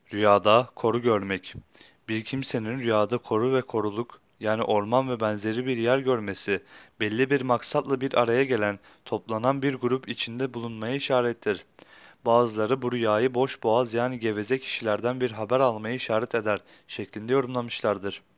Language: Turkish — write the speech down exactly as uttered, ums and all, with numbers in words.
Rüyada koru görmek. Bir kimsenin rüyada koru ve koruluk, yani orman ve benzeri bir yer görmesi, belli bir maksatla bir araya gelen, toplanan bir grup içinde bulunmaya işarettir. Bazıları bu rüyayı boş boğaz yani geveze kişilerden bir haber almayı işaret eder şeklinde yorumlamışlardır.